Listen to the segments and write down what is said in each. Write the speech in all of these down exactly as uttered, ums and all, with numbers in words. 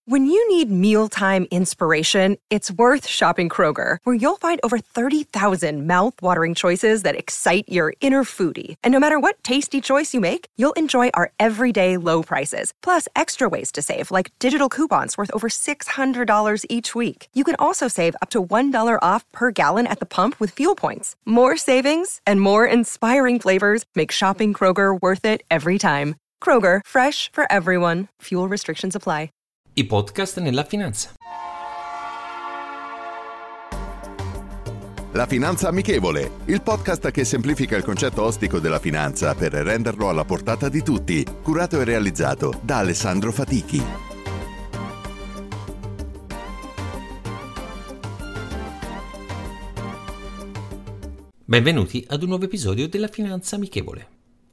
When you need mealtime inspiration, it's worth shopping Kroger, where you'll find over thirty thousand mouth-watering choices that excite your inner foodie. And no matter what tasty choice you make, you'll enjoy our everyday low prices, plus extra ways to save, like digital coupons worth over six hundred dollars each week. You can also save up to one dollar off per gallon at the pump with fuel points. More savings and more inspiring flavors make shopping Kroger worth it every time. Kroger, fresh for everyone. Fuel restrictions apply. I podcast nella finanza. La Finanza Amichevole, il podcast che semplifica il concetto ostico della finanza per renderlo alla portata di tutti, curato e realizzato da Alessandro Fatichi. Benvenuti ad un nuovo episodio della Finanza Amichevole.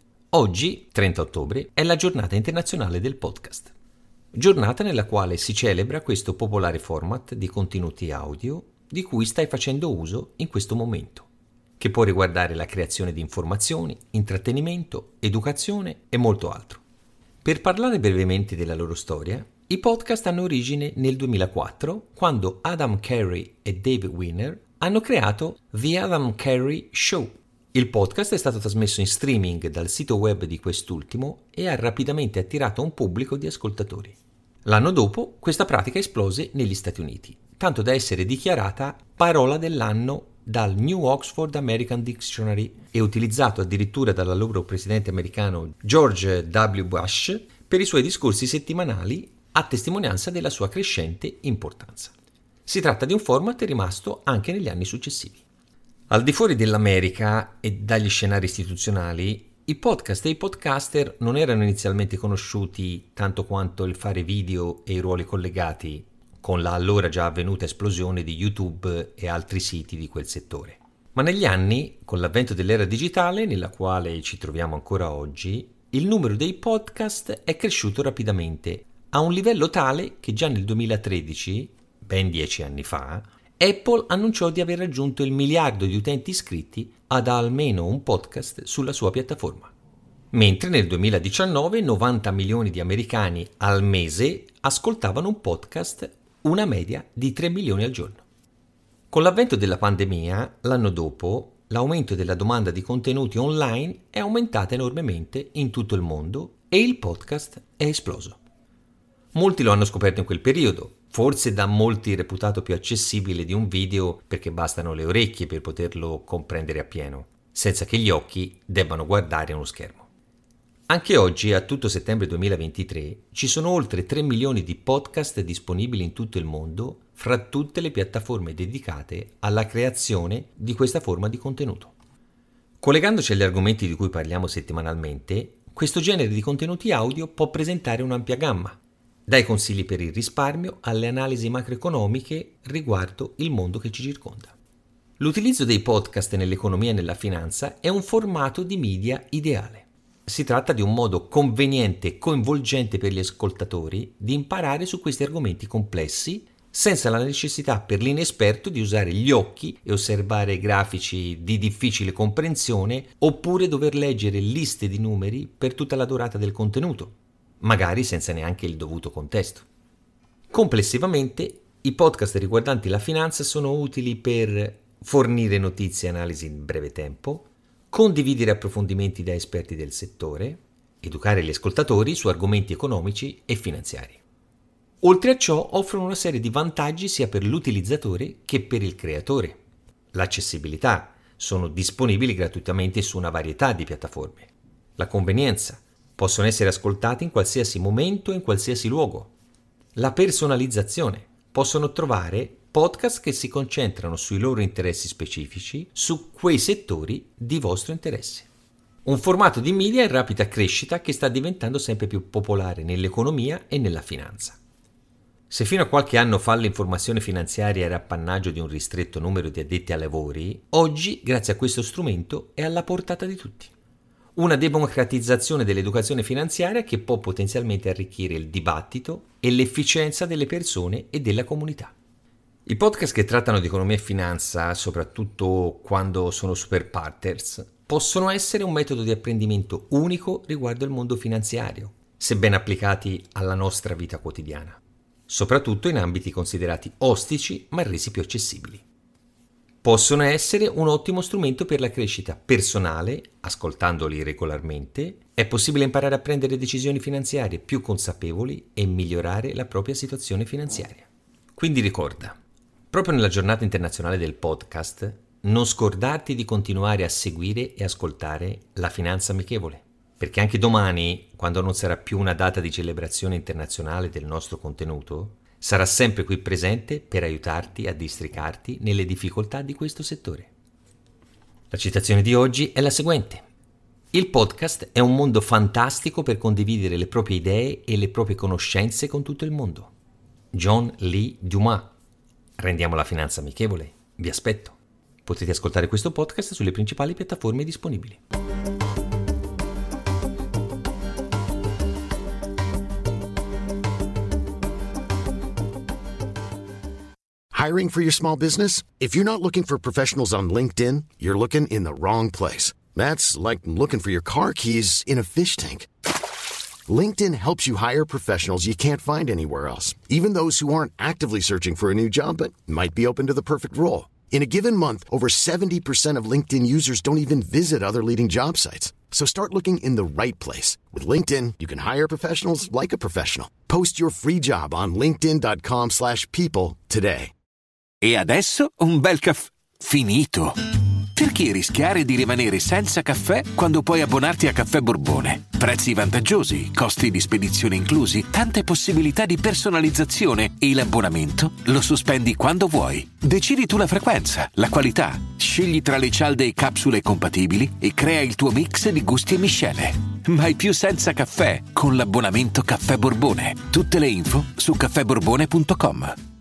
Oggi, trenta ottobre, è la giornata internazionale del podcast. Giornata nella quale si celebra questo popolare format di contenuti audio di cui stai facendo uso in questo momento, che può riguardare la creazione di informazioni, intrattenimento, educazione e molto altro. Per parlare brevemente della loro storia, i podcast hanno origine nel duemilaquattro, quando Adam Curry e Dave Wiener hanno creato The Adam Curry Show. Il podcast è stato trasmesso in streaming dal sito web di quest'ultimo e ha rapidamente attirato un pubblico di ascoltatori. L'anno dopo, questa pratica esplose negli Stati Uniti, tanto da essere dichiarata parola dell'anno dal New Oxford American Dictionary e utilizzato addirittura dall'allora presidente americano George W. Bush per i suoi discorsi settimanali a testimonianza della sua crescente importanza. Si tratta di un format rimasto anche negli anni successivi. Al di fuori dell'America e dagli scenari istituzionali, i podcast e i podcaster non erano inizialmente conosciuti tanto quanto il fare video e i ruoli collegati, con la allora già avvenuta esplosione di YouTube e altri siti di quel settore. Ma negli anni, con l'avvento dell'era digitale, nella quale ci troviamo ancora oggi, il numero dei podcast è cresciuto rapidamente, a un livello tale che già nel duemilatredici, ben dieci anni fa, Apple annunciò di aver raggiunto il miliardo di utenti iscritti ad almeno un podcast sulla sua piattaforma. Mentre nel duemiladiciannove novanta milioni di americani al mese ascoltavano un podcast, una media di tre milioni al giorno. Con l'avvento della pandemia, l'anno dopo, l'aumento della domanda di contenuti online è aumentata enormemente in tutto il mondo e il podcast è esploso. Molti lo hanno scoperto in quel periodo, forse da molti reputato più accessibile di un video perché bastano le orecchie per poterlo comprendere appieno, senza che gli occhi debbano guardare uno schermo. Anche oggi, a tutto settembre duemilaventitré, ci sono oltre tre milioni di podcast disponibili in tutto il mondo, fra tutte le piattaforme dedicate alla creazione di questa forma di contenuto. Collegandoci agli argomenti di cui parliamo settimanalmente, questo genere di contenuti audio può presentare un'ampia gamma, dai consigli per il risparmio alle analisi macroeconomiche riguardo il mondo che ci circonda. L'utilizzo dei podcast nell'economia e nella finanza è un formato di media ideale. Si tratta di un modo conveniente e coinvolgente per gli ascoltatori di imparare su questi argomenti complessi senza la necessità per l'inesperto di usare gli occhi e osservare grafici di difficile comprensione oppure dover leggere liste di numeri per tutta la durata del contenuto, magari senza neanche il dovuto contesto. Complessivamente, i podcast riguardanti la finanza sono utili per fornire notizie e analisi in breve tempo, condividere approfondimenti da esperti del settore, educare gli ascoltatori su argomenti economici e finanziari. Oltre a ciò, offrono una serie di vantaggi sia per l'utilizzatore che per il creatore. L'accessibilità, sono disponibili gratuitamente su una varietà di piattaforme. La convenienza, possono essere ascoltati in qualsiasi momento e in qualsiasi luogo. La personalizzazione, possono trovare podcast che si concentrano sui loro interessi specifici, su quei settori di vostro interesse. Un formato di media in rapida crescita che sta diventando sempre più popolare nell'economia e nella finanza. Se fino a qualche anno fa l'informazione finanziaria era appannaggio di un ristretto numero di addetti ai lavori, oggi, grazie a questo strumento, è alla portata di tutti. Una democratizzazione dell'educazione finanziaria che può potenzialmente arricchire il dibattito e l'efficienza delle persone e della comunità. I podcast che trattano di economia e finanza, soprattutto quando sono super partners, possono essere un metodo di apprendimento unico riguardo il mondo finanziario, se ben applicati alla nostra vita quotidiana. soprattutto in ambiti considerati ostici ma resi più accessibili. Possono essere un ottimo strumento per la crescita personale, ascoltandoli regolarmente. È possibile imparare a prendere decisioni finanziarie più consapevoli e migliorare la propria situazione finanziaria. Quindi ricorda, proprio nella giornata internazionale del podcast, non scordarti di continuare a seguire e ascoltare La Finanza Amichevole, perché anche domani, quando non sarà più una data di celebrazione internazionale del nostro contenuto, sarà sempre qui presente per aiutarti a districarti nelle difficoltà di questo settore. La citazione di oggi è la seguente. Il podcast è un mondo fantastico per condividere le proprie idee e le proprie conoscenze con tutto il mondo. John Lee Dumas. Rendiamo la finanza amichevole. Vi aspetto. Potete ascoltare questo podcast sulle principali piattaforme disponibili. Hiring for your small business? If you're not looking for professionals on LinkedIn, you're looking in the wrong place. That's like looking for your car keys in a fish tank. LinkedIn helps you hire professionals you can't find anywhere else, even those who aren't actively searching for a new job but might be open to the perfect role. In a given month, over seventy percent of LinkedIn users don't even visit other leading job sites. So start looking in the right place. With LinkedIn, you can hire professionals like a professional. Post your free job on linkedin.com slash people today. E adesso un bel caffè finito. Perché rischiare di rimanere senza caffè quando puoi abbonarti a Caffè Borbone? Prezzi vantaggiosi, costi di spedizione inclusi, tante possibilità di personalizzazione e l'abbonamento lo sospendi quando vuoi. Decidi tu la frequenza, la qualità, scegli tra le cialde e capsule compatibili e crea il tuo mix di gusti e miscele. Mai più senza caffè con l'abbonamento Caffè Borbone. Tutte le info su caffè borbone punto com.